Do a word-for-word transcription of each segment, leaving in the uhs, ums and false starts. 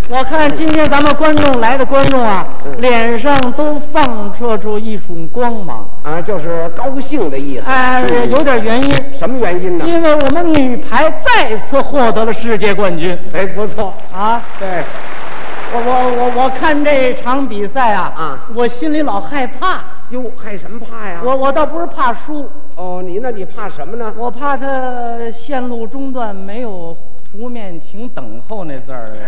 我看今天咱们观众来的观众啊，嗯、脸上都放射出一束光芒啊，就是高兴的意思。 哎、呃，有点原因。 什么原因呢？ 因为我们女排再次获得了世界冠军。 哎，不错啊， 对。 我我我我看这场比赛啊， 啊， 我心里老害怕。 哟，害什么怕呀？ 我我倒不是怕输。 哦，你那你怕什么呢？ 我怕它线路中断没有图面请等候那字儿。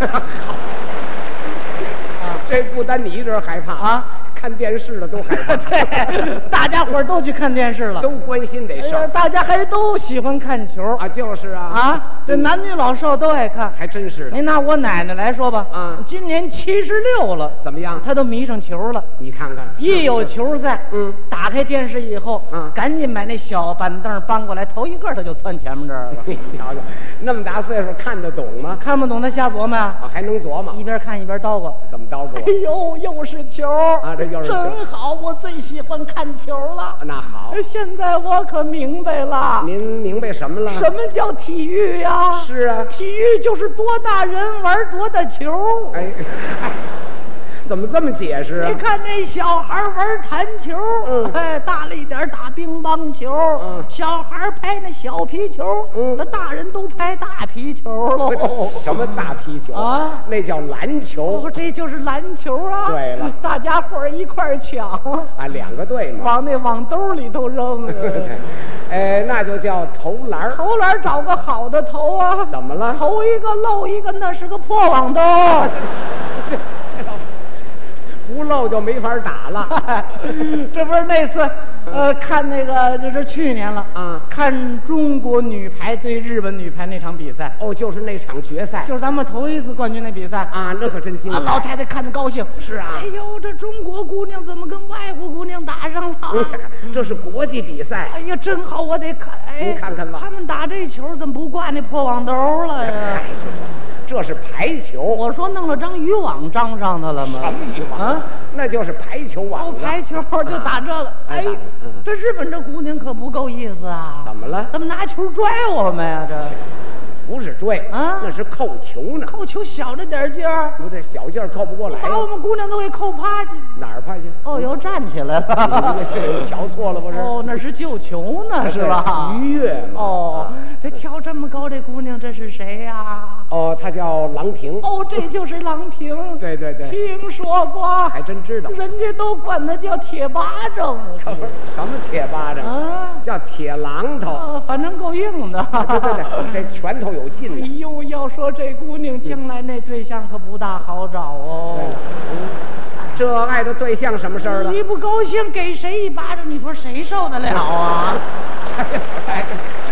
啊，这不单你一人害怕啊，看电视的都害怕。 对，大家伙都去看电视了， 都关心这事儿、哎。 大家还都喜欢看球啊，就是啊啊，这男女老少都爱看， 还真是的。 您拿我奶奶来说吧，啊，今年七十六了， 怎么样？ 她都迷上球了。 你看看， 一有球赛，嗯，打开电视以后，嗯，赶紧把那小板凳搬过来，头一个她就窜前面这儿了。 你瞧瞧，那么大岁数看得懂吗？ 看不懂她瞎琢磨呀， 啊，还能琢磨， 一边看一边叨咕。 怎么叨咕？ 哎呦，又是球啊！这又是球， 真好，我最喜欢看球了。 那好， 现在我可明白了。 您明白什么了？ 什么叫体育呀？ 是啊， 体育就是多大人玩多大球。 哎，怎么这么解释啊？ 你看那小孩玩弹球，嗯，哎，大了一点打乒乓球，嗯，小孩拍那小皮球，嗯，那大人都拍大皮球喽。 什么大皮球啊？那叫篮球。 哦，这就是篮球啊。 对了， 大家伙儿一块儿抢啊，两个队嘛， 往那网兜里头扔。 哎，那就叫投篮。 投篮找个好的投啊。 怎么了？ 投一个漏一个，那是个破网兜。 这不漏就没法打了。 这不是那次，呃，看那个这是去年了啊，看中国女排对日本女排那场比赛。 哦，就是那场决赛， 就是咱们头一次冠军那比赛啊，那可真精彩。 老太太看得高兴。 是啊。 哎呦，这中国姑娘怎么跟外国姑娘打上了？ 这是国际比赛。 哎呀，真好，我得看。哎， 您看看吧。 他们打这球怎么不挂那破网兜了呀？ 嗨，这是排球。 我说弄了张渔网张上它了吗？ 什么渔网啊？那就是排球网。 哦，排球就打这个。哎，这日本这姑娘可不够意思啊！ 怎么了？ 怎么拿球拽我们呀？这不是拽啊，那是扣球呢。 扣球小着点劲儿， 不对，小劲儿扣不过来， 把我们姑娘都给扣趴下。 哪儿趴下？ 哦，又站起来了。 你瞧错了不是？ 哦，那是救球呢，是吧？ 愉悦嘛。 哦，这跳这么高，这姑娘这是谁呀？ 哦，她叫郎平。 哦，这就是郎平。 对对对， 听说过， 还真知道。 人家都管她叫铁巴掌。 可不是什么铁巴掌啊，叫铁榔头。 啊，反正够硬的。 对对对，这拳头有劲。 哎呦，要说这姑娘将来那对象可不大好找哦。 对了，嗯，这爱的对象什么事儿了？ 一不高兴给谁一巴掌，你说谁受得了啊？ 哎，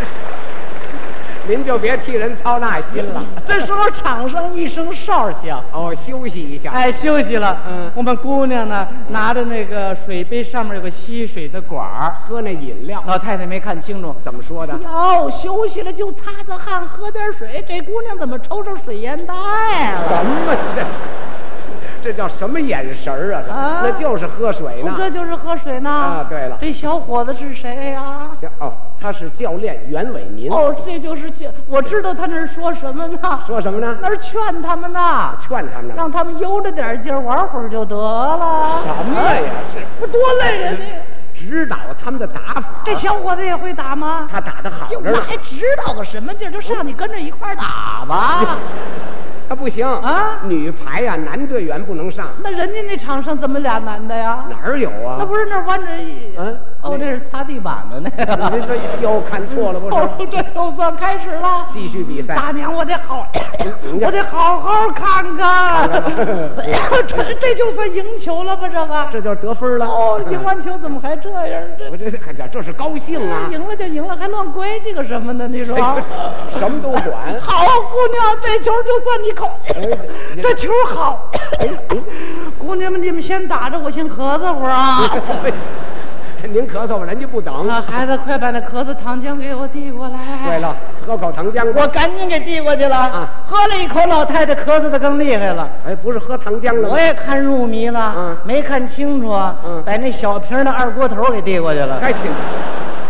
您就别替人操那心了。 这时候场上一声哨响， 哦，休息一下。 哎，休息了。嗯，我们姑娘呢，拿着那个水杯，上面有个吸水的管儿， 喝那饮料。 老太太没看清楚， 怎么说的？ 哟，休息了就擦擦汗，喝点水。这姑娘怎么抽上水烟袋了？ 什么这？这叫什么眼神儿啊？啊，那就是喝水呢。 这就是喝水呢。 啊，对了， 这小伙子是谁呀？ 哦，他是教练袁伟民。 哦，这就是教，我知道他那是说什么呢？ 说什么呢？ 那是劝他们呢。 劝他们， 让他们悠着点劲儿，玩会儿就得了。 什么呀？是不多累呀？你指导他们的打法。 这小伙子也会打吗？ 他打得好着呢。 还指导个什么劲儿？就上去跟着一块儿打吧。 他不行啊！女排呀，男队员不能上。 那人家那场上怎么俩男的呀？ 哪儿有啊？ 那不是那弯着一……嗯，哦，那是擦地板的那个。 你这又看错了不是？ 哦，这又算开始了。 继续比赛。 大娘，我得好，我得好好看看。这这就算赢球了吧？这个， 这就是得分了。 哦，赢完球怎么还这样？ 我这还讲这是高兴啊！ 赢了就赢了，还乱规矩个什么呢？你说什么都管。 好，姑娘，这球就算你。哎，这球好！哎，姑娘们，你们先打着，我先咳嗽会儿啊。 您咳嗽吧，人家不等。 啊，孩子，快把那咳嗽糖浆给我递过来。 对了，喝口糖浆。 我赶紧给递过去了。啊，喝了一口，老太太咳嗽的更厉害了。 哎，不是喝糖浆了吗？ 我也看入迷了，嗯，没看清楚，嗯，把那小瓶的二锅头给递过去了。 太清楚。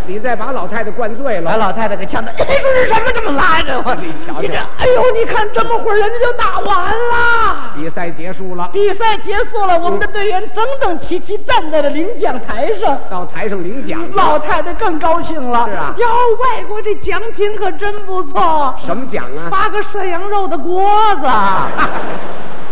你再把老太太灌醉了， 把老太太给呛的。你说这什么这么拉着我？ 你瞧瞧， 你这，哎呦，你看这么会儿人家就打完了， 比赛结束了， 比赛结束了，我们的队员整整齐齐站在了领奖台上， 到台上领奖， 老太太更高兴了。 是啊， 哟，外国这奖品可真不错。 什么奖啊？ 八个涮羊肉的锅子。